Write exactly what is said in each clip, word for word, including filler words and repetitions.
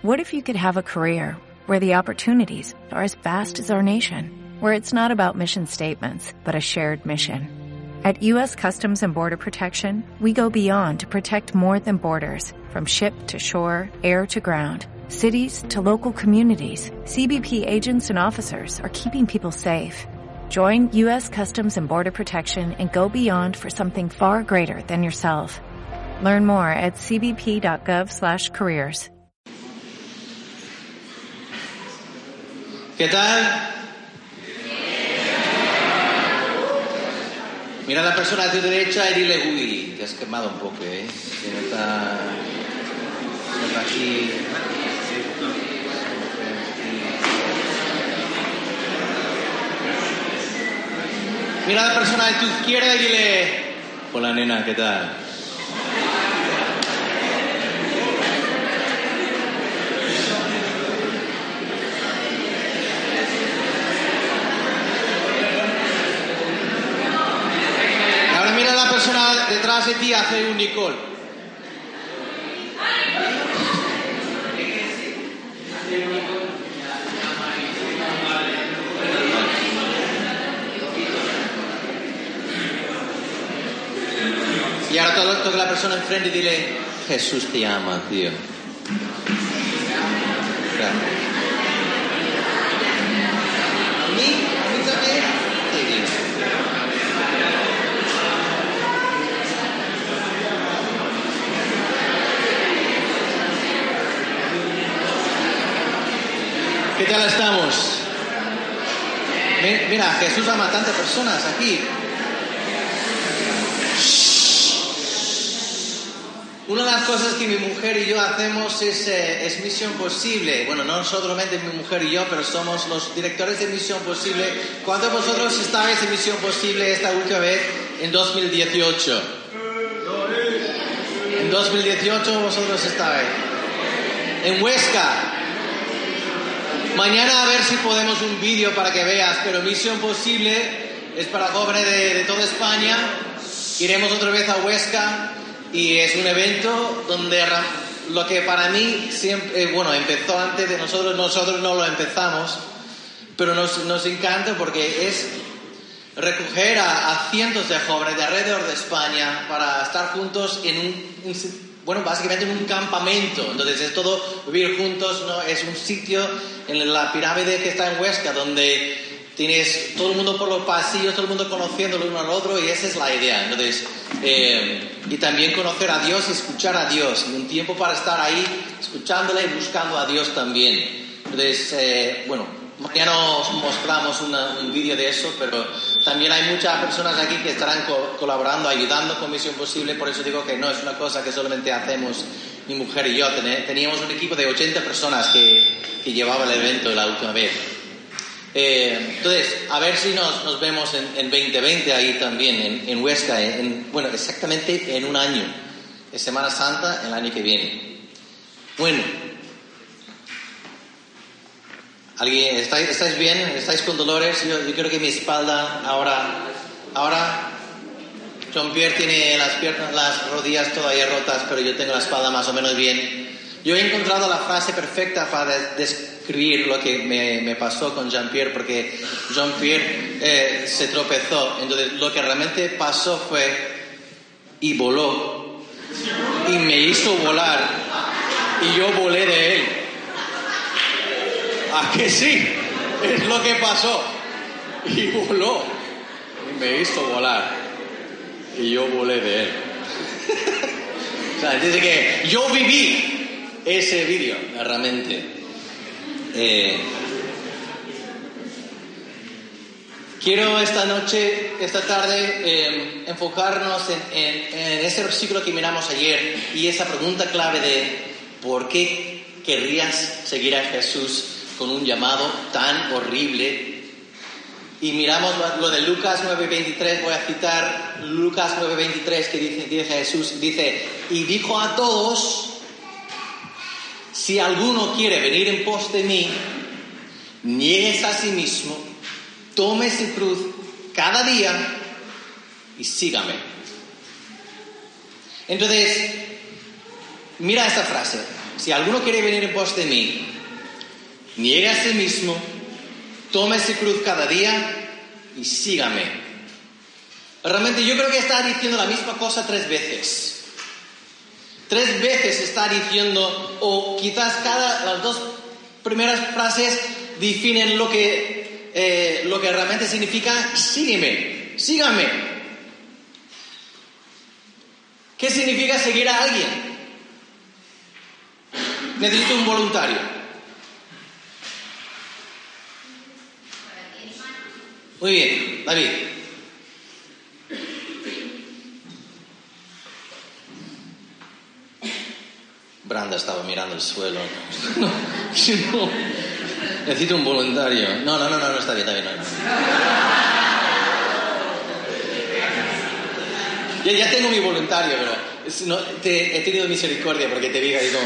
What if you could have a career where the opportunities are as vast as our nation, where it's not about mission statements, but a shared mission? At U S Customs and Border Protection, we go beyond to protect more than borders, from ship to shore, air to ground, cities to local communities. C B P agents and officers are keeping people safe. Join U S Customs and Border Protection and go beyond for something far greater than yourself. Learn more at c b p dot gov slash careers. ¿Qué tal? Mira a la persona de tu derecha y dile, uy, te has quemado un poco, ¿eh? Que no está, no está aquí. Mira a la persona de tu izquierda y dile, hola nena, ¿qué tal? Detrás de ti hace un Nicole. Y ahora toca la persona enfrente y dile, Jesús te ama, tío. Gracias. ¿A mí? ¿A mí también? Qué bien. ¿Qué tal estamos? Mira, Jesús ama a tantas personas aquí. Una de las cosas que mi mujer y yo hacemos es, eh, es Misión Posible. Bueno, no solamente mi mujer y yo, pero somos los directores de Misión Posible. ¿Cuántos de vosotros estabais en Misión Posible esta última vez en dos mil dieciocho? En dos mil dieciocho vosotros estabais. En Huesca. Mañana a ver si podemos un vídeo para que veas, pero Misión Posible es para jóvenes de, de toda España. Iremos otra vez a Huesca y es un evento donde lo que para mí siempre, eh, bueno, empezó antes de nosotros, nosotros no lo empezamos, pero nos, nos encanta porque es recoger a, a cientos de jóvenes de alrededor de España para estar juntos en un, un bueno, básicamente en un campamento. Entonces es todo vivir juntos, ¿no? Es un sitio en la pirámide que está en Huesca donde tienes todo el mundo por los pasillos, todo el mundo conociendo el uno al otro, y esa es la idea. Entonces, eh, y también conocer a Dios y escuchar a Dios, y un tiempo para estar ahí escuchándole y buscando a Dios también. Entonces, eh, bueno, mañana os mostramos una, un vídeo de eso, pero también hay muchas personas aquí que estarán co- colaborando, ayudando con Misión Posible. Por eso digo que no es una cosa que solamente hacemos mi mujer y yo. Ten- teníamos un equipo de ochenta personas que, que llevaba el evento la última vez. Eh, entonces, a ver si nos, nos vemos en, en veinte veinte ahí también, en, en Huesca, en, en, bueno, exactamente en un año. Es Semana Santa el año que viene. Bueno. ¿Alguien, estáis, ¿Estáis bien? ¿Estáis con dolores? Yo, yo creo que mi espalda ahora... Ahora... Jean-Pierre tiene las piernas, las rodillas todavía rotas, pero yo tengo la espalda más o menos bien. Yo he encontrado la frase perfecta para describir lo que me, me pasó con Jean-Pierre, porque Jean-Pierre eh, se tropezó. Entonces, lo que realmente pasó fue... Y voló. Y me hizo volar. Y yo volé de él. ¿A que sí? Es lo que pasó. Y voló. Y me hizo volar. Y yo volé de él. O sea, dice que yo viví ese vídeo, realmente. Eh, quiero esta noche, esta tarde, eh, enfocarnos en, en, en ese versículo que miramos ayer y esa pregunta clave de ¿por qué querrías seguir a Jesús con un llamado tan horrible? Y miramos lo de Lucas nueve veintitrés, voy a citar Lucas nueve veintitrés, que dice, dice Jesús, dice, y dijo a todos, si alguno quiere venir en pos de mí, niegues a sí mismo, tome su cruz cada día y sígame. Entonces, mira esta frase, si alguno quiere venir en pos de mí, niegue a sí mismo, tome su cruz cada día y sígame. Realmente yo creo que está diciendo la misma cosa tres veces. Tres veces está diciendo, o quizás cada, las dos primeras frases definen lo que, eh, lo que realmente significa sígueme, sígame. ¿Qué significa seguir a alguien? Necesito un voluntario. Muy bien, David. Branda estaba mirando el suelo. No, no. Necesito un voluntario. No, no, no, no, no está bien, está bien. No, no. Ya, ya tengo mi voluntario, pero es, no, te, he tenido misericordia porque te diga y como...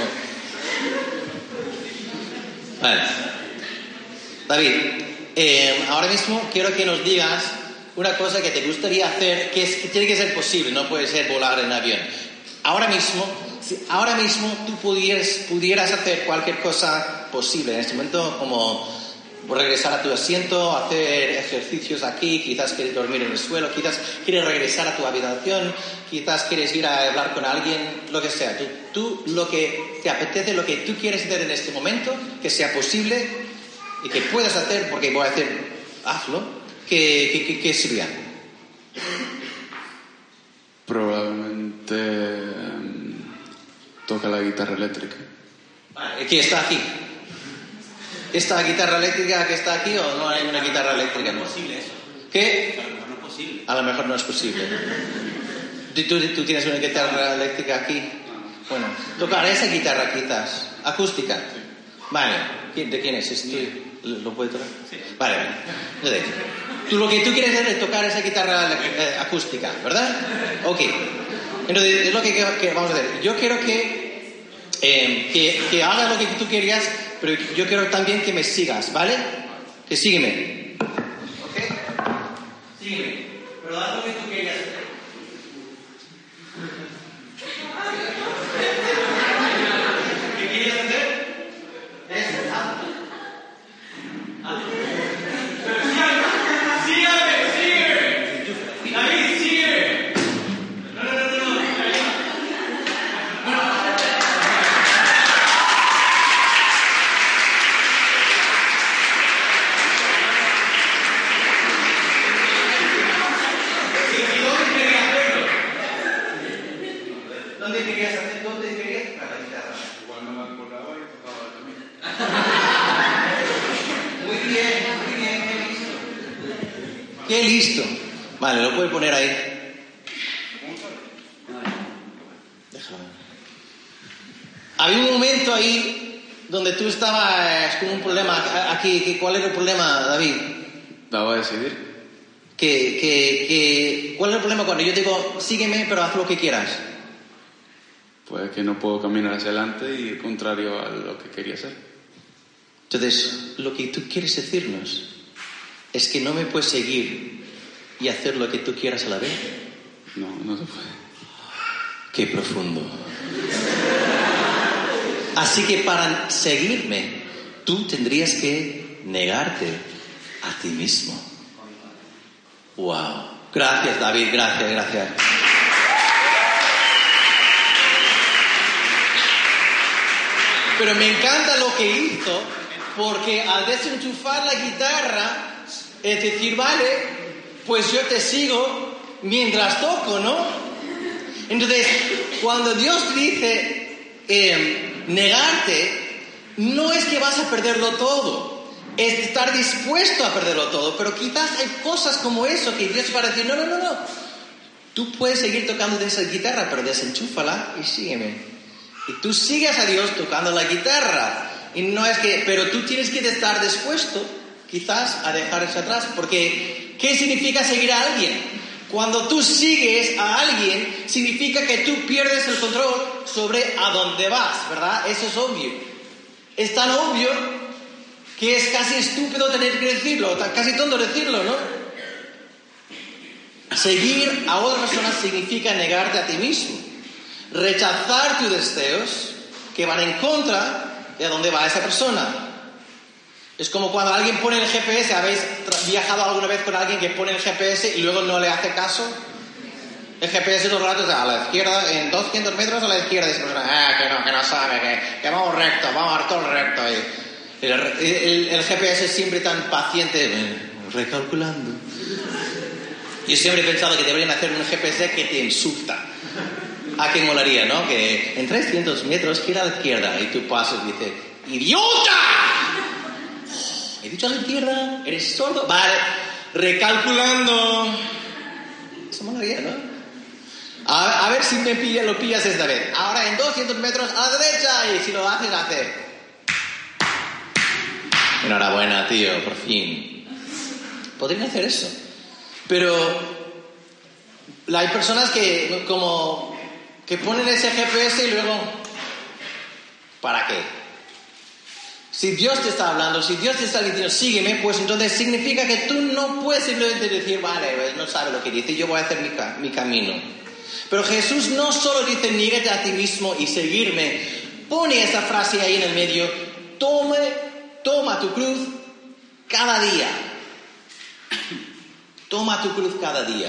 Vale. David, eh, ahora mismo quiero que nos digas una cosa que te gustaría hacer, que, es, que tiene que ser posible, no puede ser volar en avión. Ahora mismo, si ahora mismo tú pudieras, pudieras hacer cualquier cosa posible en este momento, como regresar a tu asiento, hacer ejercicios aquí, quizás quieres dormir en el suelo, quizás quieres regresar a tu habitación, quizás quieres ir a hablar con alguien, lo que sea. Tú, tú lo que te apetece, lo que tú quieres hacer en este momento, que sea posible y que puedas hacer, porque voy a hacer, hazlo, ¿qué, qué, qué, qué sería? Probablemente um, toca la guitarra eléctrica. Vale, ¿qué está aquí? ¿Esta guitarra eléctrica que está aquí o no hay una guitarra eléctrica? No es posible eso. ¿Qué? A lo mejor no es posible. A lo mejor no es posible. ¿Tú, tú, tú tienes una guitarra eléctrica aquí? Bueno, tocar esa guitarra quizás. Acústica. Vale. ¿De quién es? ¿Es tuyo? ¿Lo puede tocar? Sí. Vale, vale. Entonces, tú lo que tú quieres hacer es tocar esa guitarra eh, acústica, ¿verdad? Ok. Entonces, es lo que, que vamos a hacer. Yo quiero que, eh, que, que hagas lo que tú querías, pero yo quiero también que me sigas, ¿vale? Que sígueme. ¿Ok? Sígueme. Pero haz lo que tú querías hacer. ¿Qué querías hacer? Eso, hazlo. Hazlo. ¡Sígueme! ¡Sígueme! ¡David, sígueme! No, no, no, no, no. ¿Dónde querías hacer? ¿Dónde querías tocar la guitarra? Igual no me acordaba y tocaba también. Muy bien, muy bien, qué listo. Qué listo. Vale, lo puedes poner ahí. Déjalo. Había un momento ahí donde tú estabas con un problema aquí. ¿Cuál era el problema, David? Daba a decidir. Que, que, que, ¿cuál es el problema cuando yo digo, sígueme, pero haz lo que quieras? Pues que no puedo caminar hacia adelante y ir contrario a lo que quería hacer. Entonces, lo que tú quieres decirnos es que no me puedes seguir y hacer lo que tú quieras a la vez. No, no se puede. Qué profundo. Así que para seguirme, tú tendrías que negarte a ti mismo. Wow. Gracias, David, gracias, gracias. Pero me encanta lo que hizo, porque al desenchufar la guitarra, es decir, vale, pues yo te sigo mientras toco, ¿no? Entonces, cuando Dios dice eh, negarte, no es que vas a perderlo todo, es estar dispuesto a perderlo todo, pero quizás hay cosas como eso que Dios va a decir, no, no, no, no, tú puedes seguir tocando de esa guitarra, pero desenchúfala y sígueme. Y tú sigues a Dios tocando la guitarra. Y no es que, pero tú tienes que estar dispuesto, quizás, a dejar eso atrás. Porque, ¿qué significa seguir a alguien? Cuando tú sigues a alguien, significa que tú pierdes el control sobre a dónde vas, ¿verdad? Eso es obvio. Es tan obvio que es casi estúpido tener que decirlo, casi tonto decirlo, ¿no? Seguir a otra persona significa negarte a ti mismo. Rechazar tus deseos que van en contra de a dónde va esa persona. Es como cuando alguien pone el G P S, ¿habéis viajado alguna vez con alguien que pone el G P S y luego no le hace caso? El G P S todo el rato a la izquierda, en doscientos metros a la izquierda, y esa persona, ah, que no, que no sabe, que, que vamos recto, vamos a todo recto. Y el, el, el G P S es siempre tan paciente, recalculando. Yo siempre he pensado que deberían hacer un G P S que te insulta. ¿A qué molaría, no? Que en trescientos metros gira a la izquierda y tú pasas y dices, ¡idiota! Oh, ¿he dicho a la izquierda? ¿Eres sordo? Vale, recalculando. Eso molaría, ¿no? A, a ver si me pilla, lo pillas esta vez. Ahora en doscientos metros a la derecha y si lo haces, hace. Enhorabuena, tío, por fin. Podrían hacer eso. Pero hay personas que como que ponen ese G P S y luego ¿para qué? Si Dios te está hablando, si Dios te está diciendo sígueme, pues entonces significa que tú no puedes simplemente decir vale, pues no sabe lo que dice, yo voy a hacer mi, mi camino. Pero Jesús no solo dice niégate a ti mismo y seguirme, pone esa frase ahí en el medio, tome, toma tu cruz cada día. Toma tu cruz cada día.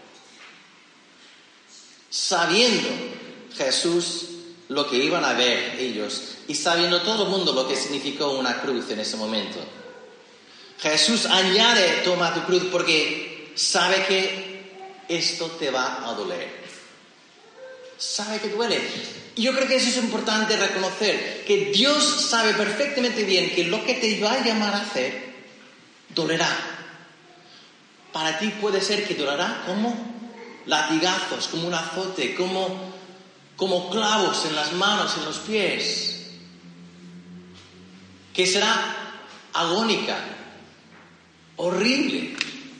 Sabiendo Jesús lo que iban a ver ellos y sabiendo todo el mundo lo que significó una cruz en ese momento. Jesús añade toma tu cruz porque sabe que esto te va a doler. Sabe que duele. Y yo creo que eso es importante reconocer, que Dios sabe perfectamente bien que lo que te va a llamar a hacer dolerá. Para ti puede ser que dolerá como latigazos, como un azote, como, como clavos en las manos, en los pies. Que será agónica, horrible.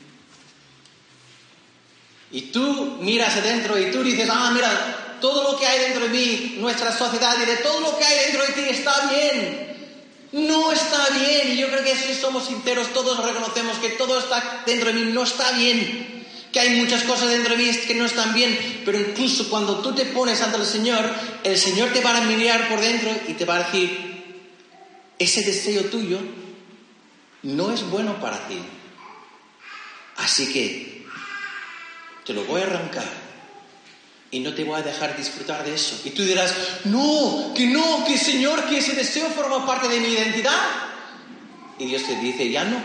Y tú miras adentro y tú dices, ah, mira, todo lo que hay dentro de mí, nuestra sociedad, y de todo lo que hay dentro de ti está bien. No está bien, y yo creo que si somos sinceros todos reconocemos que todo está dentro de mí no está bien, que hay muchas cosas dentro de mí que no están bien, pero incluso cuando tú te pones ante el Señor, el Señor te va a mirar por dentro y te va a decir, ese deseo tuyo no es bueno para ti, así que te lo voy a arrancar. Y no te voy a dejar disfrutar de eso. Y tú dirás, no, que no, que Señor, que ese deseo forma parte de mi identidad. Y Dios te dice, ya no.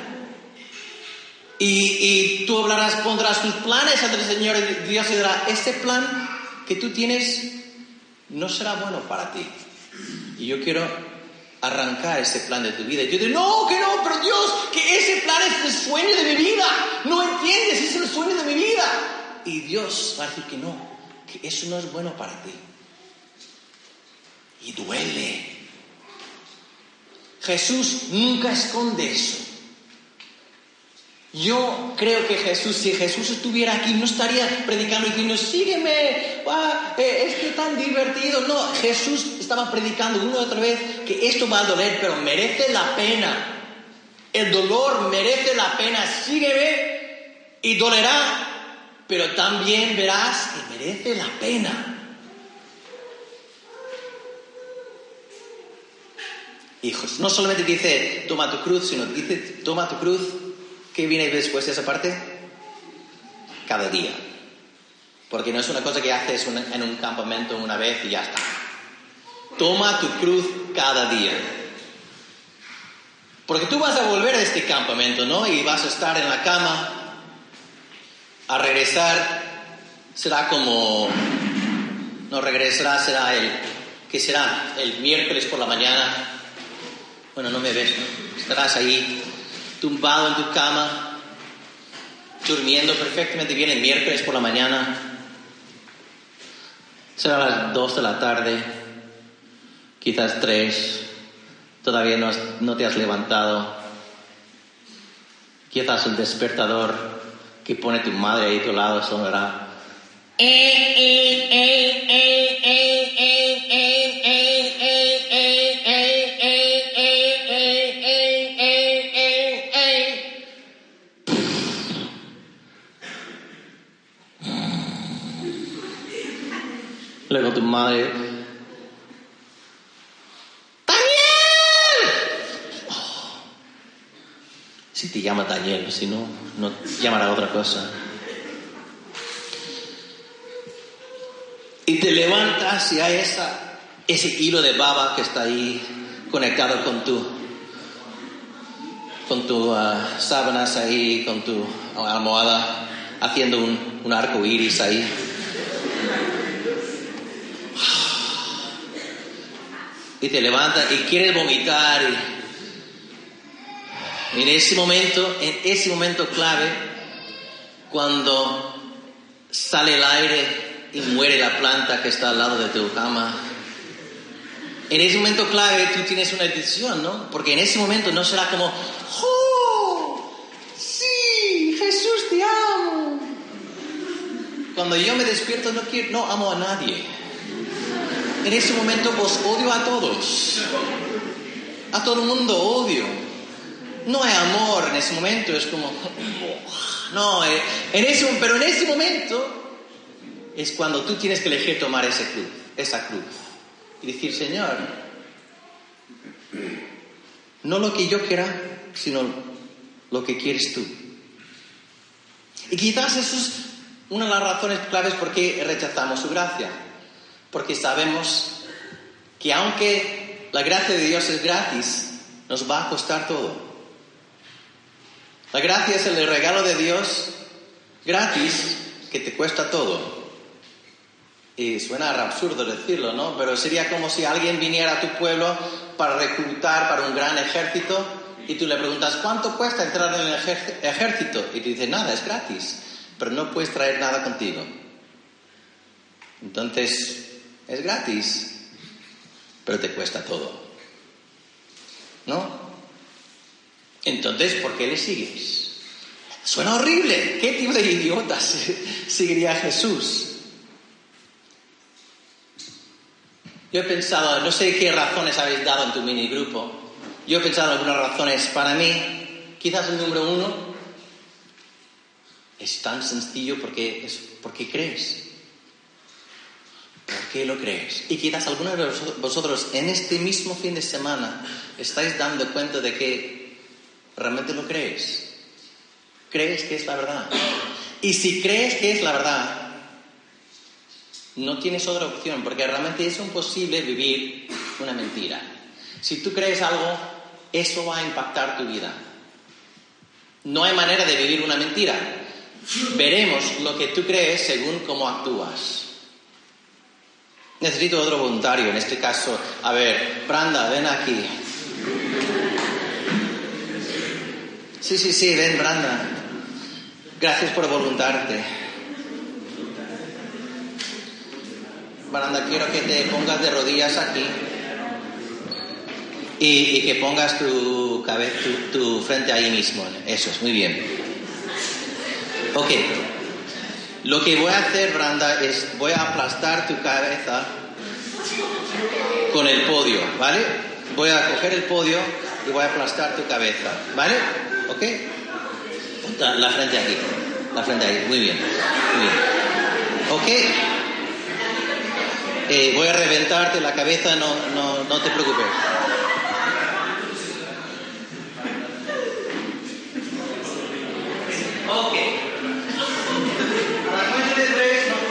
Y, y tú hablarás, pondrás tus planes ante el Señor y Dios te dirá, este plan que tú tienes no será bueno para ti. Y yo quiero arrancar ese plan de tu vida. Y yo digo, no, que no, pero Dios, que ese plan es el sueño de mi vida. No entiendes, es el sueño de mi vida. Y Dios va a decir que no. Que eso no es bueno para ti. Y duele. Jesús nunca esconde eso. Yo creo que Jesús, si Jesús estuviera aquí, no estaría predicando y diciendo, sígueme, ah, eh, es que tan divertido. No, Jesús estaba predicando una y otra vez que esto va a doler, pero merece la pena. El dolor merece la pena. Sígueme y dolerá. Pero también verás que merece la pena. Hijos, no solamente dice toma tu cruz, sino dice toma tu cruz. ¿Qué viene después de esa parte? Cada día. Porque no es una cosa que haces en un campamento una vez y ya está. Toma tu cruz cada día. Porque tú vas a volver a este campamento, ¿no? Y vas a estar en la cama. A regresar será como, no regresará, será el, ¿qué será? El miércoles por la mañana. Bueno, no me ves, ¿no? Estarás ahí, tumbado en tu cama, durmiendo perfectamente bien el miércoles por la mañana. Será a las dos de la tarde, quizás tres, todavía no, has, no te has levantado. Quizás el despertador que pone tu madre ahí a tu lado sonará. Luego tu madre Si te llama Daniel, si no, no te llamará otra cosa. Y te levantas y hay esa, ese hilo de baba que está ahí conectado con tu, con tus uh, sábanas ahí, con tu almohada, haciendo un, un arco iris ahí. Y te levantas y quieres vomitar. Y en ese momento, en ese momento clave, cuando sale el aire y muere la planta que está al lado de tu cama, en ese momento clave tú tienes una decisión, ¿no? Porque en ese momento no será como, ¡oh! ¡Sí! ¡Jesús, te amo! Cuando yo me despierto no quiero, no amo a nadie. En ese momento os odio a todos. A todo el mundo odio. No hay amor en ese momento, es como, no, en ese, pero en ese momento es cuando tú tienes que elegir tomar ese cruz, esa cruz y decir, Señor, no lo que yo quiera, sino lo que quieres tú. Y quizás eso es una de las razones claves por qué rechazamos su gracia, porque sabemos que aunque la gracia de Dios es gratis, nos va a costar todo. La gracia es el regalo de Dios gratis que te cuesta todo. Y suena absurdo decirlo, ¿no? Pero sería como si alguien viniera a tu pueblo para reclutar para un gran ejército y tú le preguntas, ¿cuánto cuesta entrar en el ejército? Y te dice, nada, es gratis, pero no puedes traer nada contigo. Entonces, es gratis, pero te cuesta todo. ¿No? Entonces, ¿por qué le sigues? Suena horrible. ¿Qué tipo de idiotas seguiría a Jesús? Yo he pensado, no sé qué razones habéis dado en tu minigrupo. Yo he pensado en algunas razones. Para mí, quizás el número uno es tan sencillo porque es porque crees. ¿Por qué lo crees? Y quizás algunos de vosotros en este mismo fin de semana estáis dando cuenta de que realmente lo crees. Crees que es la verdad. Y si crees que es la verdad, no tienes otra opción, porque realmente es imposible vivir una mentira. Si tú crees algo, eso va a impactar tu vida. No hay manera de vivir una mentira. Veremos lo que tú crees según cómo actúas. Necesito otro voluntario, en este caso. A ver, Branda, ven aquí. Sí, sí, sí, ven, Branda. Gracias por voluntarte. Branda, quiero que te pongas de rodillas aquí y, y que pongas tu, cabeza, tu, tu frente ahí mismo. Eso es, muy bien. Ok. Lo que voy a hacer, Branda, es voy a aplastar tu cabeza con el podio, ¿vale? Voy a coger el podio y voy a aplastar tu cabeza, ¿vale? ¿Ok? La frente aquí, la frente ahí, muy bien, muy bien. ¿Ok? Eh, voy a reventarte la cabeza, no, no, no te preocupes. Ok. A la cuenta de tres, no.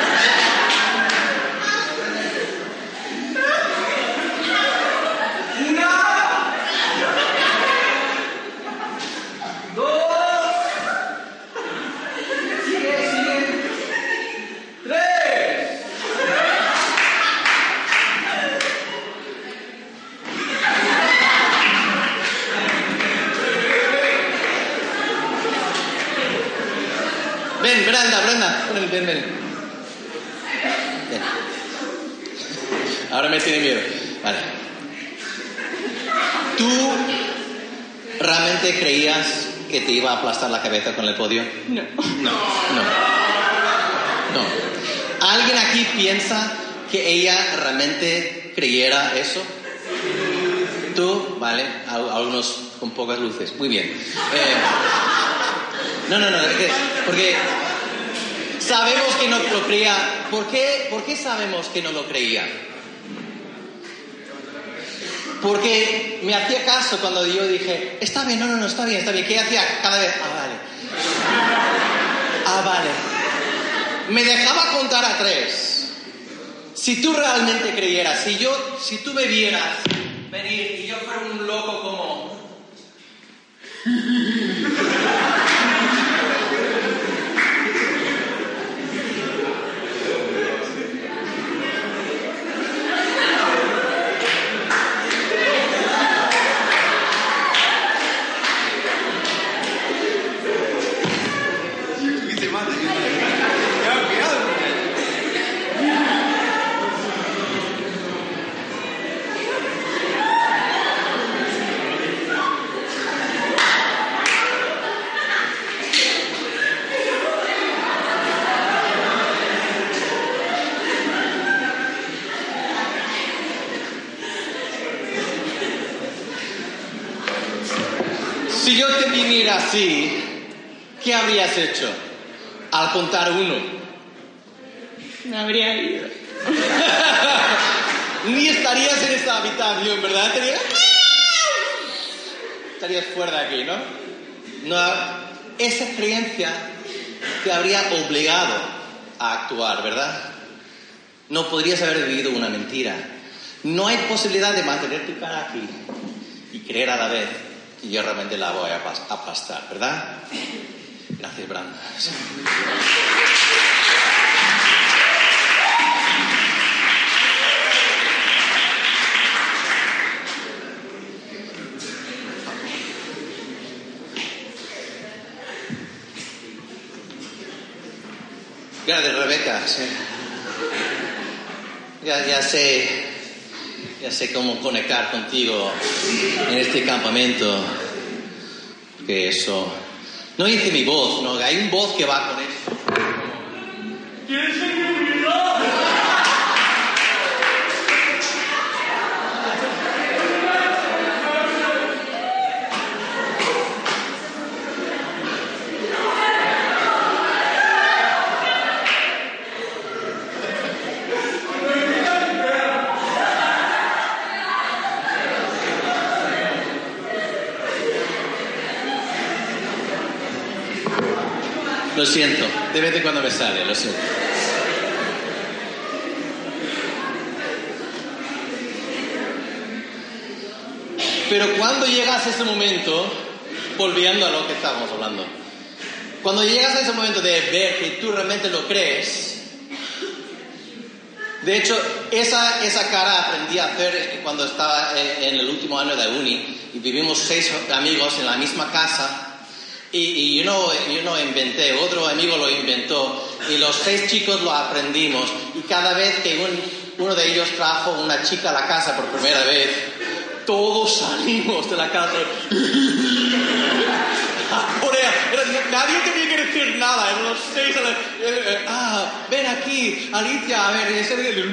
Ven, Branda, Branda, ven, ven, ven. Ahora me tiene miedo. Vale. ¿Tú realmente creías que te iba a aplastar la cabeza con el podio? No. No, no. No. ¿Alguien aquí piensa que ella realmente creyera eso? ¿Tú? Vale, algunos con pocas luces. Muy bien. Eh, no, no, no, porque sabemos que no lo creía. ¿Por qué, ¿Por qué sabemos que no lo creía? Porque me hacía caso cuando yo dije, está bien, no, no, no, está bien, está bien. ¿Qué hacía cada vez? Ah, vale. Ah, vale. Me dejaba contar a tres. Si tú realmente creyeras, si yo, si tú me vieras venir y yo fuera un loco como... Si yo te viniera así, ¿qué habrías hecho? Al contar uno, me habría ido. Ni estarías en esta habitación, ¿verdad? Estarías, estarías fuera de aquí, ¿no? No, esa creencia te habría obligado a actuar, ¿verdad? No podrías haber vivido una mentira. No hay posibilidad de mantener tu cara aquí y creer a la vez que yo realmente la voy a aplastar, ¿verdad? Gracias, Branda. Gracias, Rebeca. Sí. Ya, ya sé, ya sé cómo conectar contigo en este campamento. Que eso, no hice mi voz, no, hay un voz que va con eso. ¿Quieres seguridad? Lo siento, de vez en cuando me sale, lo siento. Pero cuando llegas a ese momento, volviendo a lo que estábamos hablando, cuando llegas a ese momento de ver que tú realmente lo crees, de hecho, esa, esa cara aprendí a hacer cuando estaba en el último año de uni y vivimos seis amigos en la misma casa. Y, y yo, no, yo no inventé, otro amigo lo inventó y los seis chicos lo aprendimos y cada vez que un, uno de ellos trajo una chica a la casa por primera vez, todos salimos de la casa. Nadie tenía que decir nada, eran los seis. Ah, ven aquí, Alicia, a ver, ese día.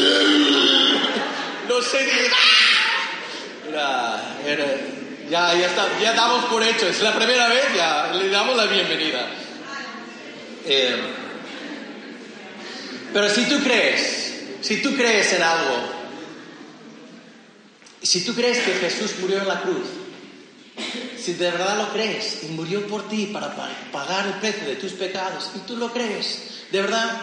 Los seis. Era, era, Ya, ya está, ya damos por hecho, es la primera vez, ya le damos la bienvenida. Eh, pero si tú crees, si tú crees en algo, si tú crees que Jesús murió en la cruz, si de verdad lo crees y murió por ti para pagar el precio de tus pecados, y tú lo crees, de verdad,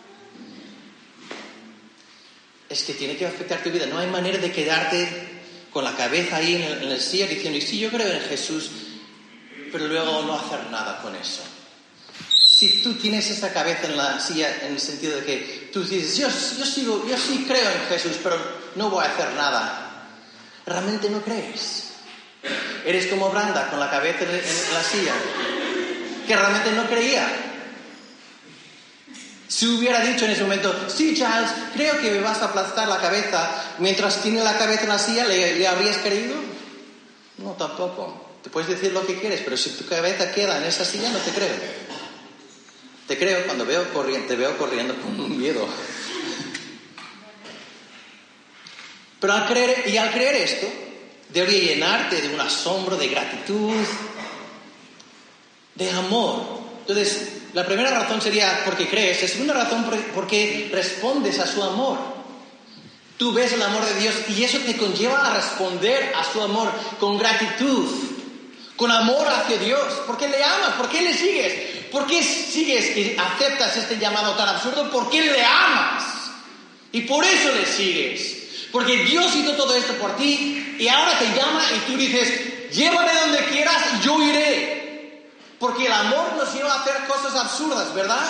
es que tiene que afectar tu vida. No hay manera de quedarte con la cabeza ahí en el, en el silla diciendo, y sí, yo creo en Jesús, pero luego no hacer nada con eso. Si tú tienes esa cabeza en la silla en el sentido de que tú dices, yo, yo, sigo, yo sí creo en Jesús, pero no voy a hacer nada, realmente no crees. Eres como Branda con la cabeza en, en la silla, que realmente no creía. Si hubiera dicho en ese momento, sí, Charles, creo que me vas a aplastar la cabeza, mientras tiene la cabeza en la silla, ¿le, le habrías creído? No, tampoco. Te puedes decir lo que quieres, pero si tu cabeza queda en esa silla, no te creo. Te creo cuando veo corriendo, te veo corriendo con un miedo. Pero al creer, y al creer esto, debería llenarte de un asombro, de gratitud, de amor. Entonces, la primera razón sería porque crees. La segunda razón porque respondes a su amor. Tú ves el amor de Dios y eso te conlleva a responder a su amor con gratitud, con amor hacia Dios. ¿Por qué le amas? ¿Por qué le sigues? ¿Por qué sigues y aceptas este llamado tan absurdo? Porque le amas. Y por eso le sigues. Porque Dios hizo todo esto por ti y ahora te llama y tú dices, llévame donde quieras y yo iré. Porque el amor nos lleva a hacer cosas absurdas, ¿verdad?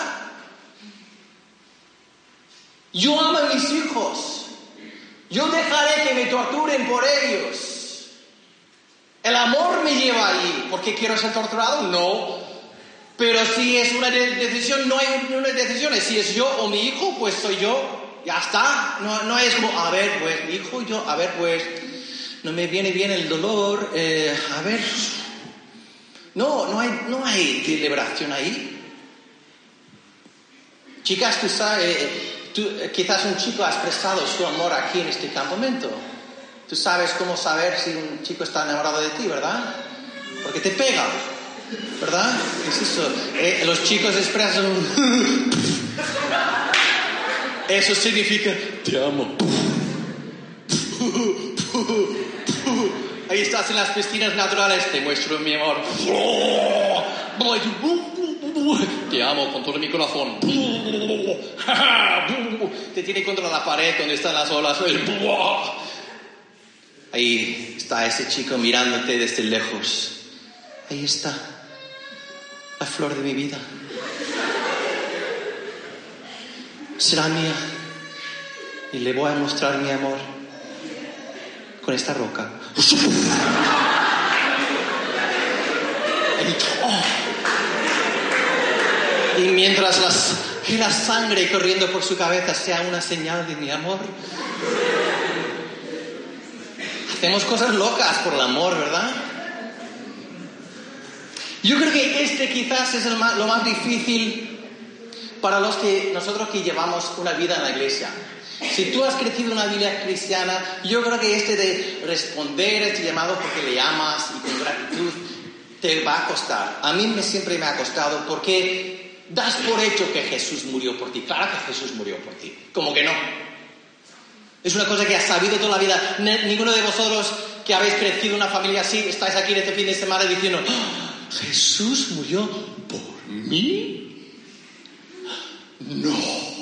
Yo amo a mis hijos. Yo dejaré que me torturen por ellos. El amor me lleva ahí. ¿Por qué quiero ser torturado? No. Pero si es una decisión, no hay una decisión. Si es yo o mi hijo, pues soy yo. Ya está. No, no es como, a ver, pues, mi hijo, yo, a ver, pues, no me viene bien el dolor. Eh, a ver. No, no hay, no hay deliberación ahí. Chicas, tú sabes... Eh, Tú, quizás un chico ha expresado su amor aquí en este campamento. Tú sabes cómo saber si un chico está enamorado de ti, ¿verdad? Porque te pega, ¿verdad? Es eso. Eh, los chicos expresan un... Eso significa te amo. Ahí estás en las piscinas naturales, te muestro mi amor. Te amo con todo mi corazón. Te tiene contra la pared donde están las olas. Ahí está ese chico mirándote desde lejos. Ahí está la flor de mi vida. Será mía y le voy a mostrar mi amor con esta roca. Y mientras las, que la sangre corriendo por su cabeza sea una señal de mi amor. Hacemos cosas locas por el amor, ¿verdad? Yo creo que este quizás es el más, lo más difícil para los que nosotros que llevamos una vida en la iglesia. Si tú has crecido una vida cristiana, yo creo que este de responder a este llamado porque le amas y con gratitud te va a costar. A mí me, siempre me ha costado porque das por hecho que Jesús murió por ti. Claro que Jesús murió por ti. ¿Cómo que no? Es una cosa que has sabido toda la vida. Ninguno de vosotros que habéis crecido en una familia así, estáis aquí en este fin de semana diciendo, ¡Oh, Jesús murió por mí! No.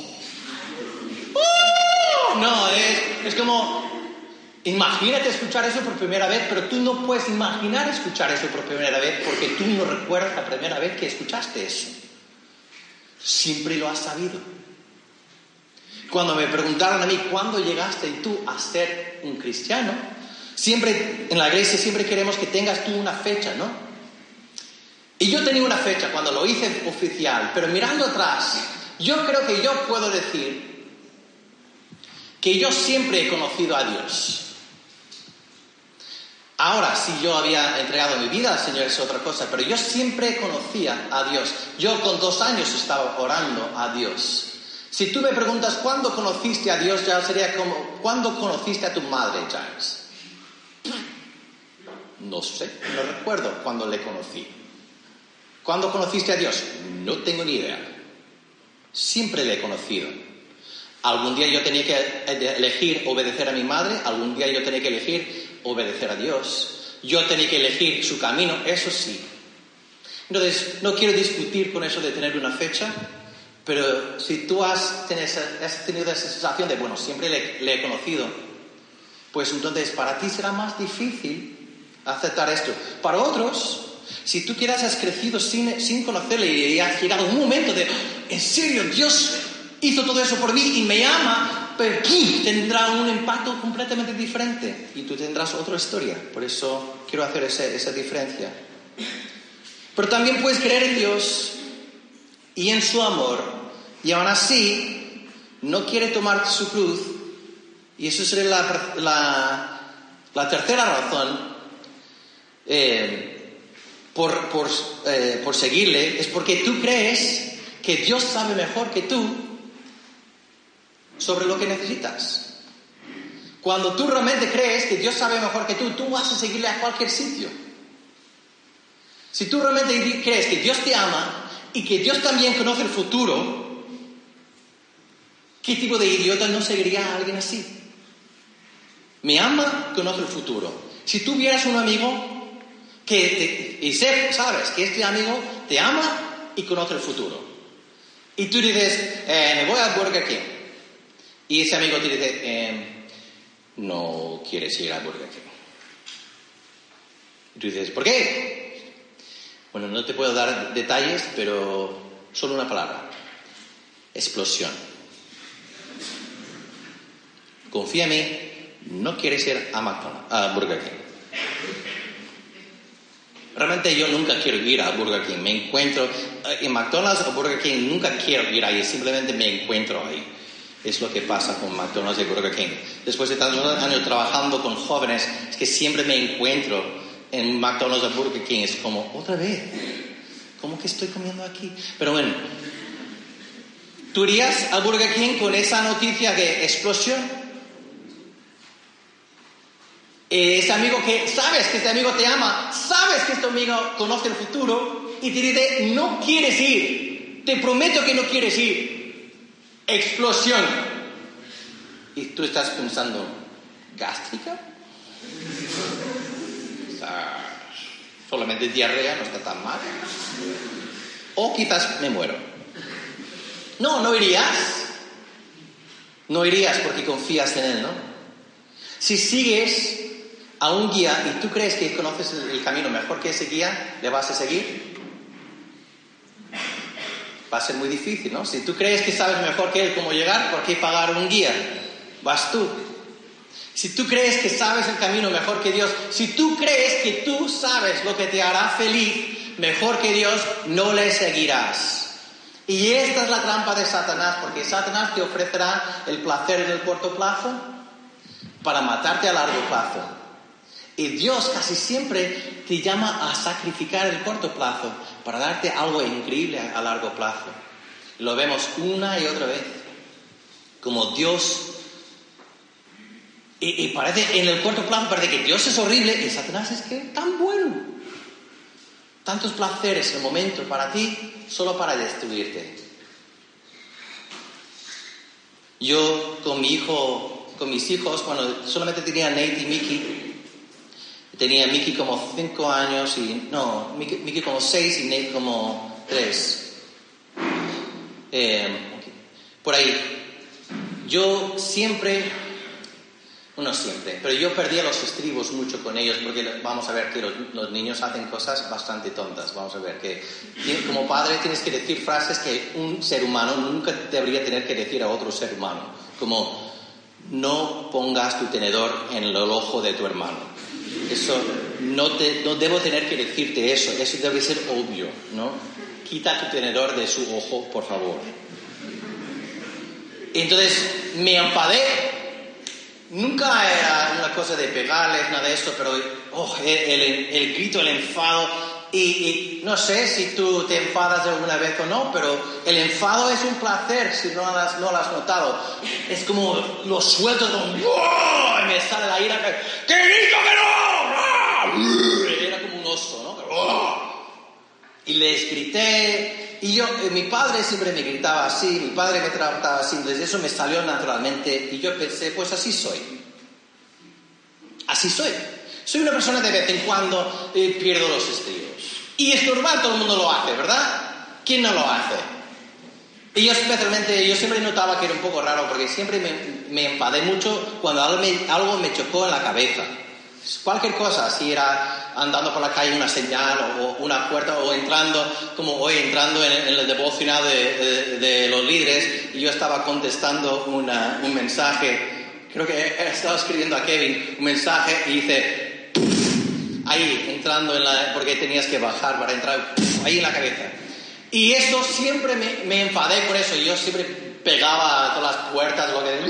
¡Oh! No, es, es como, imagínate escuchar eso por primera vez, pero tú no puedes imaginar escuchar eso por primera vez porque tú no recuerdas la primera vez que escuchaste eso. Siempre lo has sabido. Cuando me preguntaron a mí, ¿cuándo llegaste tú a ser un cristiano? Siempre, en la iglesia siempre queremos que tengas tú una fecha, ¿no? Y yo tenía una fecha cuando lo hice oficial, pero mirando atrás, yo creo que yo puedo decir que yo siempre he conocido a Dios. Ahora, si yo había entregado mi vida al Señor es otra cosa, pero yo siempre conocía a Dios. Yo con dos años estaba orando a Dios. Si tú me preguntas cuándo conociste a Dios, ya sería como, ¿cuándo conociste a tu madre, James? No sé, no recuerdo cuándo le conocí. ¿Cuándo conociste a Dios? No tengo ni idea. Siempre le he conocido. Algún día yo tenía que elegir obedecer a mi madre, algún día yo tenía que elegir obedecer a Dios. Yo tenía que elegir su camino, eso sí. Entonces, no quiero discutir con eso de tener una fecha, pero si tú has tenido esa sensación de, bueno, siempre le, le he conocido, pues entonces para ti será más difícil aceptar esto. Para otros, si tú quizás has crecido sin, sin conocerle y has llegado a un momento de, en serio, Dios hizo todo eso por mí y me ama, pero aquí tendrá un impacto completamente diferente y tú tendrás otra historia. Por eso quiero hacer ese, esa diferencia. Pero también puedes creer en Dios y en su amor y aún así no quiere tomar su cruz, y eso sería la, la, la tercera razón eh, por, por, eh, por seguirle, es porque tú crees que Dios sabe mejor que tú sobre lo que necesitas. Cuando tú realmente crees que Dios sabe mejor que tú, tú vas a seguirle a cualquier sitio. Si tú realmente crees que Dios te ama y que Dios también conoce el futuro, ¿qué tipo de idiota no seguiría a alguien así? Me ama, conoce el futuro. Si tuvieras un amigo que te, y sabes que este amigo te ama y conoce el futuro, y tú dices, eh, me voy a Burger King, y ese amigo te dice, eh, no quieres ir a Burger King. Y tú dices, ¿por qué? Bueno, no te puedo dar detalles, pero solo una palabra: explosión. Confía en mí, no quieres ir a McDonald's, a Burger King. Realmente yo nunca quiero ir a Burger King. Me encuentro en McDonald's o Burger King, nunca quiero ir ahí, simplemente me encuentro ahí. Es lo que pasa con McDonald's y Burger King. Después de tantos años trabajando con jóvenes, es que siempre me encuentro en McDonald's o Burger King. Es como, otra vez, ¿cómo que estoy comiendo aquí? Pero bueno, ¿tú irías a Burger King con esa noticia de explosión? Ese amigo que sabes que este amigo te ama, sabes que este amigo conoce el futuro y te dice, no quieres ir, te prometo que no quieres ir. Explosión. Y tú estás pensando, ¿gástrica? O sea, solamente diarrea, no está tan mal. O quizás me muero. No, no irías. No irías porque confías en él, ¿no? Si sigues a un guía y tú crees que conoces el camino mejor que ese guía, ¿le vas a seguir? Va a ser muy difícil, ¿no? Si tú crees que sabes mejor que él cómo llegar, ¿por qué pagar un guía? Vas tú. Si tú crees que sabes el camino mejor que Dios, si tú crees que tú sabes lo que te hará feliz mejor que Dios, no le seguirás. Y esta es la trampa de Satanás, porque Satanás te ofrecerá el placer en el corto plazo para matarte a largo plazo. Y Dios casi siempre te llama a sacrificar el corto plazo para darte algo increíble a largo plazo. Lo vemos una y otra vez. Como Dios... Y, y parece, en el corto plazo parece que Dios es horrible y Satanás es que tan bueno. Tantos placeres en el momento para ti, solo para destruirte. Yo con mi hijo, con mis hijos, cuando solamente tenía Nate y Mickey... Tenía Mickey como cinco años y... No, Mickey, Mickey como seis y Nate como tres. Eh, por ahí. Yo siempre... No siempre, pero yo perdía los estribos mucho con ellos porque vamos a ver que los, los niños hacen cosas bastante tontas. Vamos a ver que como padre tienes que decir frases que un ser humano nunca debería tener que decir a otro ser humano. Como, no pongas tu tenedor en el ojo de tu hermano. Eso, no, te, no debo tener que decirte eso, eso debe ser obvio, ¿no? Quita tu tenedor de su ojo, por favor. Entonces, me enfadé. Nunca era una cosa de pegarles, nada de esto, pero oh, el, el, el grito, el enfado. Y, y no sé si tú te enfadas alguna vez o no, pero el enfado es un placer si no lo has, no lo has notado. Es como lo suelto como... ¡Oh! Y me sale la ira. ¡Que grito que no! Era como un oso, ¿no? ¡Oh! Y les grité. Y yo, eh, mi padre siempre me gritaba así, mi padre me trataba así. Entonces eso me salió naturalmente. Y yo pensé, pues así soy. Así soy. Soy una persona de vez en cuando eh, pierdo los estribos. Y es normal, todo el mundo lo hace, ¿verdad? ¿Quién no lo hace? Y yo especialmente, yo siempre notaba que era un poco raro porque siempre me, me enfadé mucho cuando algo me, algo me chocó en la cabeza. Cualquier cosa, si era andando por la calle una señal o, o una puerta o entrando, como hoy entrando en, en el devocional de, de, de los líderes y yo estaba contestando una, un mensaje, creo que estaba escribiendo a Kevin un mensaje y dice... Ahí, entrando en la... porque tenías que bajar para entrar, ahí en la cabeza. Y eso siempre me, me enfadé por eso. Yo siempre pegaba a todas las puertas, lo que...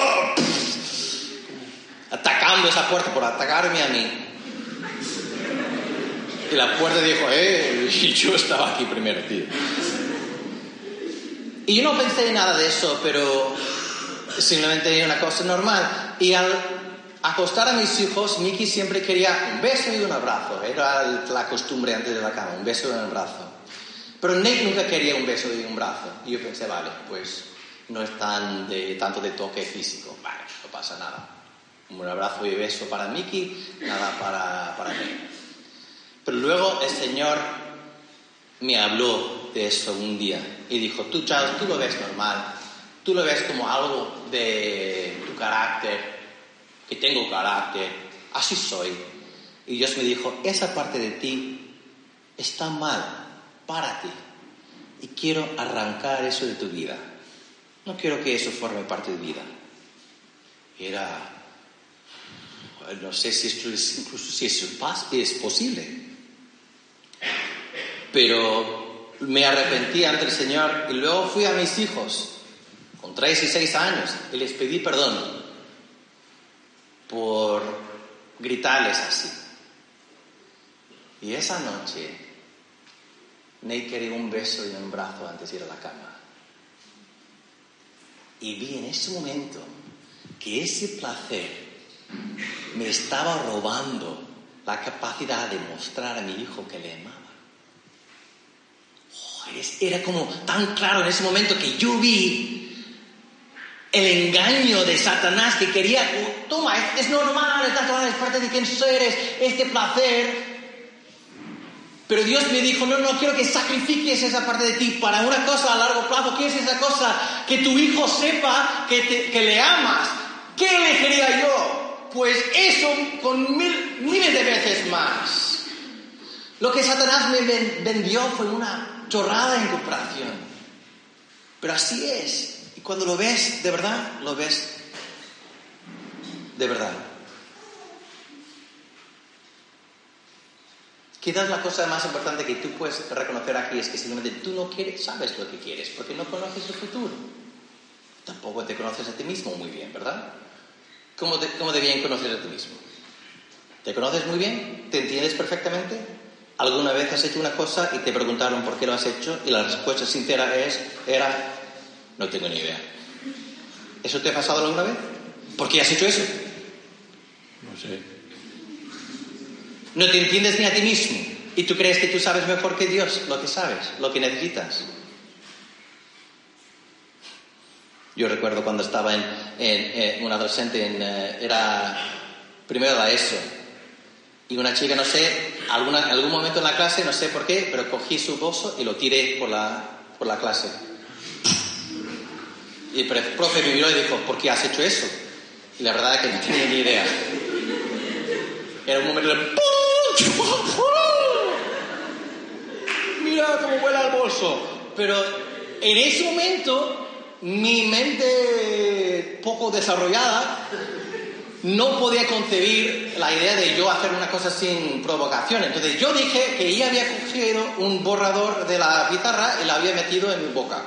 atacando esa puerta por atacarme a mí. Y la puerta dijo, eh, y yo estaba aquí primero, tío. Y yo no pensé en nada de eso, pero simplemente una cosa normal. Y al acostar a mis hijos, Mickey siempre quería un beso y un abrazo. Era la costumbre antes de la cama, un beso y un abrazo. Pero Nate nunca quería un beso y un abrazo. Y yo pensé, vale, pues no es tan de, tanto de toque físico. Vale, no pasa nada. Un abrazo y beso para Miki, nada para, para mí. Pero luego el Señor me habló de eso un día y dijo, tú Charles, tú lo ves normal, tú lo ves como algo de tu carácter, que tengo carácter, así soy. Y Dios me dijo, esa parte de ti está mal, párate. Y quiero arrancar eso de tu vida. No quiero que eso forme parte de tu vida. Era, no sé si esto es, incluso si eso es posible. Pero me arrepentí ante el Señor y luego fui a mis hijos, con tres y seis años, y les pedí perdón por gritarles así. Y esa noche, Nate quería un beso y un abrazo antes de ir a la cama. Y vi en ese momento que ese placer me estaba robando la capacidad de mostrar a mi hijo que le amaba. Oh, era como tan claro en ese momento que yo vi el engaño de Satanás que quería, oh, toma, es, es normal, es natural, es parte de quién eres, este placer. Pero Dios me dijo, no, no quiero que sacrifiques esa parte de ti para una cosa a largo plazo. ¿Qué es esa cosa? Que tu hijo sepa que, te, que le amas. ¿Qué elegiría yo? Pues eso con mil, miles de veces más. Lo que Satanás me vendió fue una chorrada en comparación. Pero así es. Y cuando lo ves de verdad, lo ves de verdad. Quizás la cosa más importante que tú puedes reconocer aquí es que simplemente tú no quieres, sabes lo que quieres, porque no conoces el futuro. Tampoco te conoces a ti mismo muy bien, ¿verdad? ¿Cómo de, cómo de bien conoces a ti mismo? ¿Te conoces muy bien? ¿Te entiendes perfectamente? ¿Alguna vez has hecho una cosa y te preguntaron por qué lo has hecho y la respuesta sincera es, era, no tengo ni idea? ¿Eso te ha pasado alguna vez? ¿Por qué has hecho eso? No sé. No te entiendes ni a ti mismo y tú crees que tú sabes mejor que Dios lo que sabes, lo que necesitas. Yo recuerdo cuando estaba en, en, en un adolescente, en, eh, era primero de la ESO, y una chica, no sé, alguna, en algún momento en la clase, no sé por qué, pero cogí su bolso y lo tiré por la, por la clase. Y el profe me miró y dijo, ¿por qué has hecho eso? Y la verdad es que no tenía ni idea. Era un momento de ¡pum! Mira cómo vuela el bolso. Pero en ese momento mi mente poco desarrollada no podía concebir la idea de yo hacer una cosa sin provocación. Entonces yo dije que ella había cogido un borrador de la pizarra y la había metido en mi boca.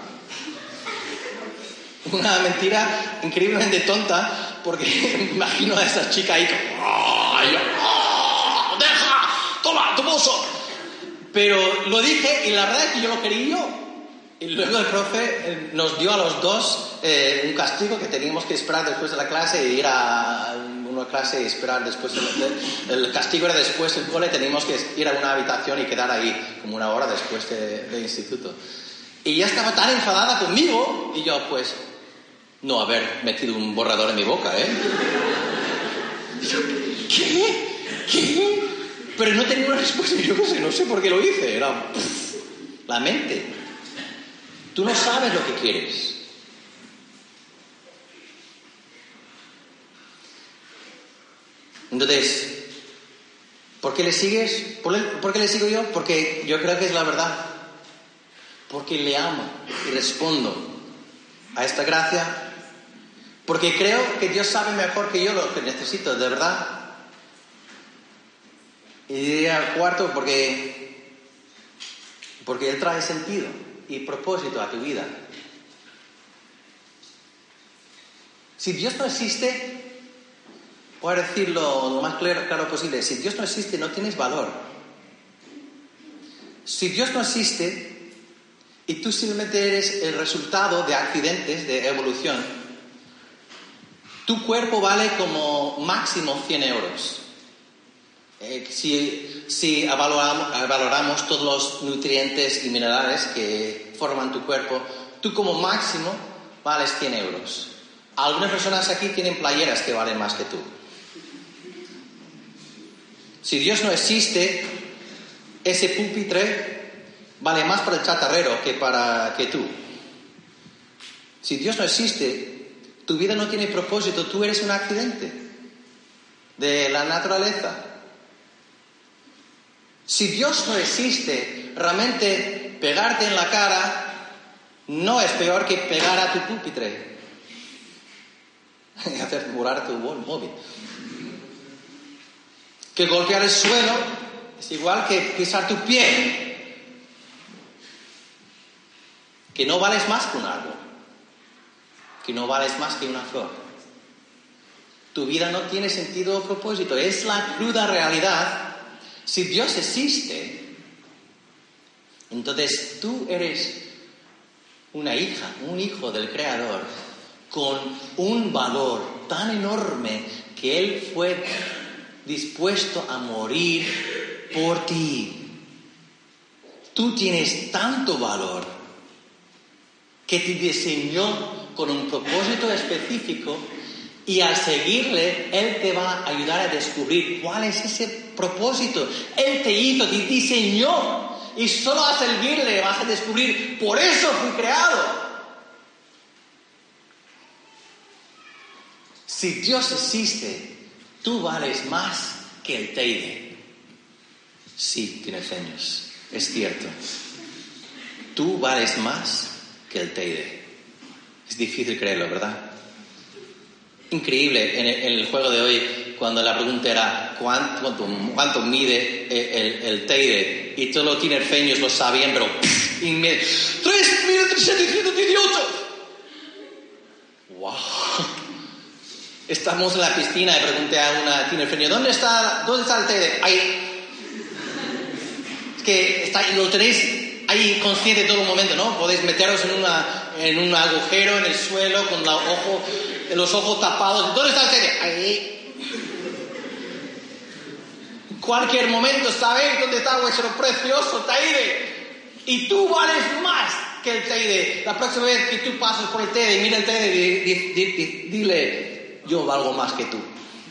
Una mentira increíblemente tonta, porque me imagino a esa chica ahí que ¡oh, oh, deja! ¡Toma, tu bolso! Pero lo dije y la verdad es que yo lo quería yo. Y luego el profe nos dio a los dos eh, un castigo que teníamos que esperar después de la clase y ir a una clase y esperar después. El, el castigo era después del cole, teníamos que ir a una habitación y quedar ahí como una hora después de, de instituto. Y ella estaba tan enfadada conmigo y yo pues no haber metido un borrador en mi boca, ¿eh? Y yo, ¿qué? ¿Qué? Pero no tenía una respuesta, yo no sé, no sé por qué lo hice, era pff, la mente. Tú no sabes lo que quieres. Entonces, ¿por qué le sigues? ¿Por qué le sigo yo? Porque yo creo que es la verdad. Porque le amo y respondo a esta gracia. Porque creo que Dios sabe mejor que yo lo que necesito, de verdad. Y diría cuarto, porque, porque Él trae sentido y propósito a tu vida. Si Dios no existe, voy a decirlo lo más claro, claro posible, si Dios no existe no tienes valor. Si Dios no existe y tú simplemente eres el resultado de accidentes de evolución, tu cuerpo vale como máximo cien euros. Eh, si si valoramos, valoramos todos los nutrientes y minerales que forman tu cuerpo, tú como máximo vales cien euros. Algunas personas aquí tienen playeras que valen más que tú. Si Dios no existe, ese pupitre vale más para el chatarrero que para que tú. Si Dios no existe, tu vida no tiene propósito, tú eres un accidente de la naturaleza. Si Dios no existe, realmente pegarte en la cara no es peor que pegar a tu pupitre y hacer volar tu móvil. Que golpear el suelo es igual que pisar tu pie. Que no vales más que un árbol. Que no vales más que una flor. Tu vida no tiene sentido o propósito. Es la cruda realidad. Si Dios existe, entonces tú eres una hija, un hijo del Creador, con un valor tan enorme que Él fue dispuesto a morir por ti. Tú tienes tanto valor que te diseñó con un propósito específico y al seguirle, Él te va a ayudar a descubrir cuál es ese propósito. Él te hizo, te diseñó y solo al seguirle vas a descubrir, por eso fui creado. Si Dios existe, tú vales más que el Teide. Sí, tinerfeños, es cierto. Tú vales más que el Teide. Es difícil creerlo, ¿verdad? Increíble en el, en el juego de hoy, cuando la pregunta era ¿cuánto, cuánto, cuánto mide el, el, el Teide? Y todos los tinerfeños lo sabían, pero inmed- tres mil setecientos dieciocho. ¡Wow! Estamos en la piscina y pregunté a una tinerfeña, ¿dónde está, ¿dónde está el Teide? Ahí. Es que está, lo tenéis ahí consciente todo el momento, ¿no? Podéis meteros en, una, en un agujero en el suelo con la ojo, los ojos tapados. ¿Dónde está el Teide? Ahí. En cualquier momento sabéis dónde está vuestro precioso Teide. Y tú vales más que el Teide. La próxima vez que tú pases por el Teide y mira el Teide, di, di, di, di, dile... Yo valgo más que tú.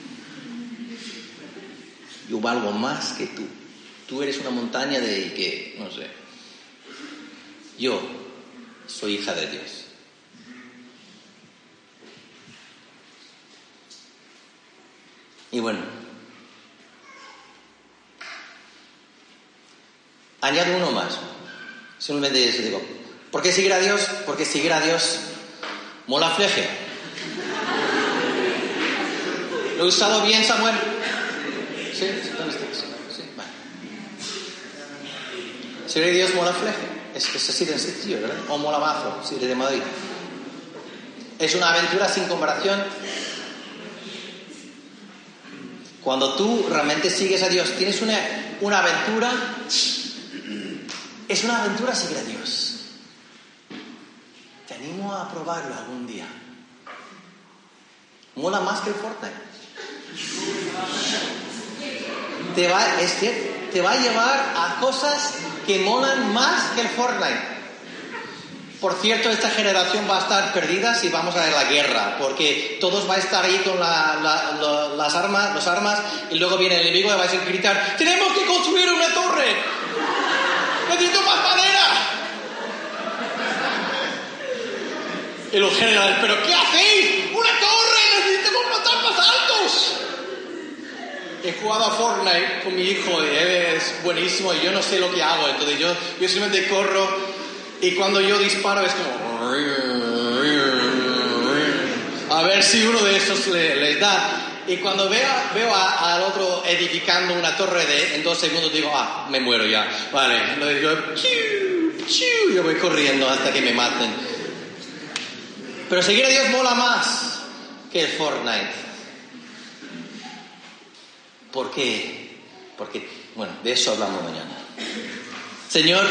Yo valgo más que tú. Tú eres una montaña de que, no sé. Yo soy hija de Dios. Y bueno, añado uno más. Simplemente eso digo. ¿Por qué seguir a Dios? Porque seguir a Dios mola fleje. ¿Lo he usado bien, Samuel? ¿Sí? ¿Dónde estás? Sí, vale. Seguir a Dios mola fleje. Es, es así de sencillo, ¿verdad? O mola mazo, si eres de Madrid. Es una aventura sin comparación. Cuando tú realmente sigues a Dios, tienes una, una aventura. Es una aventura seguir a Dios. Te animo a probarlo algún día. Mola más que el Fortnite. Te va, es cierto, te va a llevar a cosas que molan más que el Fortnite. Por cierto, esta generación va a estar perdida si vamos a la guerra, porque todos van a estar ahí con la, la, la, las armas, las armas, y luego viene el enemigo y va a gritar: ¡tenemos que construir una torre! ¡Necesito más madera! Y los generales: ¿pero qué hacéis? ¡Una torre! ¡Necesitamos matar más altos! He jugado a Fortnite con mi hijo y él es buenísimo y yo no sé lo que hago, entonces yo, yo simplemente corro y cuando yo disparo es como a ver si uno de esos le, les da. Y cuando veo, veo a, al otro edificando una torre de, en dos segundos digo: ah, me muero ya, vale. Entonces yo, chiu, chiu, yo voy corriendo hasta que me maten. Pero seguir a Dios mola más que el Fortnite. ¿Por qué? Porque, bueno, de eso hablamos mañana. Señor,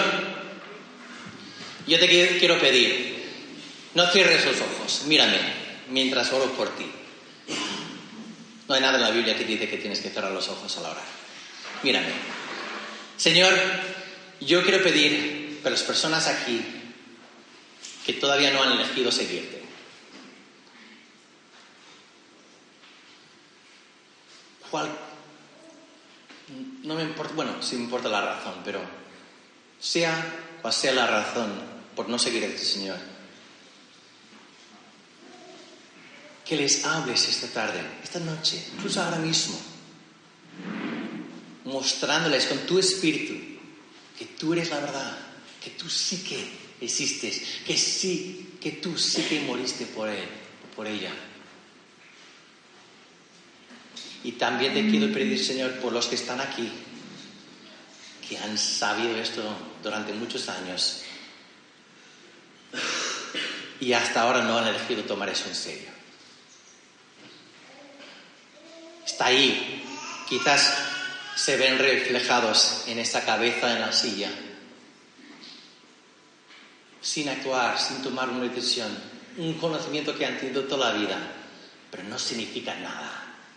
yo te quiero pedir, no cierres los ojos, mírame mientras oro por ti. No hay nada en la Biblia que dice que tienes que cerrar los ojos al orar. Mírame. Señor, yo quiero pedir para las personas aquí que todavía no han elegido seguirte. ¿Cuál? no me importa, bueno, sí me importa la razón, pero sea cual sea la razón por no seguir a este Señor, que les hables esta tarde, esta noche, incluso ahora mismo, mostrándoles con tu espíritu que tú eres la verdad, que tú sí que existes, que sí, que tú sí que moriste por él, por ella. Y también te quiero pedir, Señor, por los que están aquí, que han sabido esto durante muchos años y hasta ahora no han elegido tomar eso en serio. Está ahí, quizás se ven reflejados en esta cabeza en la silla, sin actuar, sin tomar una decisión, un conocimiento que han tenido toda la vida, pero no significa nada.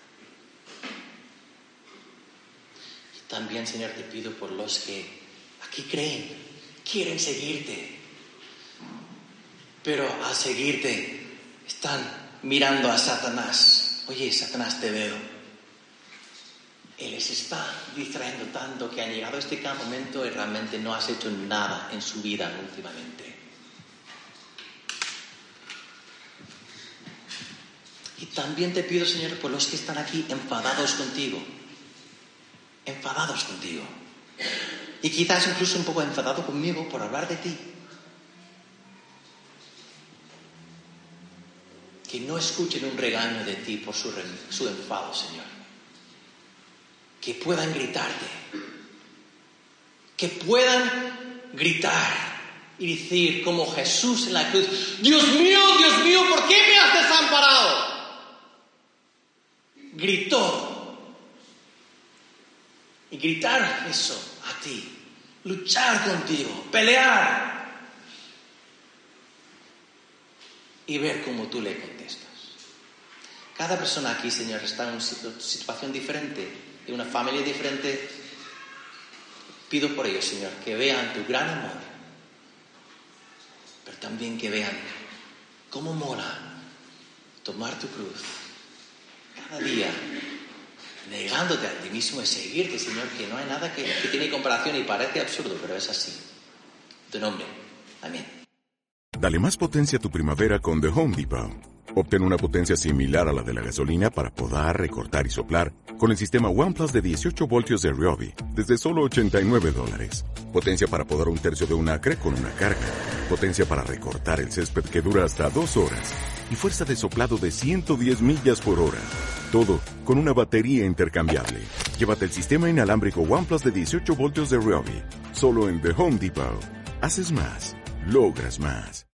Y también, Señor, te pido por los que aquí creen, quieren seguirte, pero al seguirte están mirando a Satanás. Oye, Satanás, te veo. Él les está distrayendo tanto que han llegado a este momento y realmente no has hecho nada en su vida últimamente. Y también te pido, Señor, por los que están aquí enfadados contigo. Enfadados contigo. Y quizás incluso un poco enfadado conmigo por hablar de ti. Que no escuchen un regaño de ti por su, su enfado, Señor. Que puedan gritarte, que puedan gritar y decir como Jesús en la cruz: Dios mío, Dios mío, ¿por qué me has desamparado? Gritó. Y gritar eso a ti, luchar contigo, pelear y ver cómo tú le contestas. Cada persona aquí, Señor, está en una situación diferente, de una familia diferente. Pido por ellos, Señor, que vean tu gran amor, pero también que vean cómo mola tomar tu cruz cada día, negándote a ti mismo y seguirte, Señor, que no hay nada que, que tiene comparación y parece absurdo, pero es así. En tu nombre. Amén. Dale más potencia a tu primavera con The Home Depot. Obtén una potencia similar a la de la gasolina para podar, recortar y soplar con el sistema OnePlus de dieciocho voltios de Ryobi desde solo ochenta y nueve dólares. Potencia para podar un tercio de un acre con una carga. Potencia para recortar el césped que dura hasta dos horas. Y fuerza de soplado de ciento diez millas por hora. Todo con una batería intercambiable. Llévate el sistema inalámbrico OnePlus de dieciocho voltios de Ryobi. Solo en The Home Depot. Haces más. Logras más.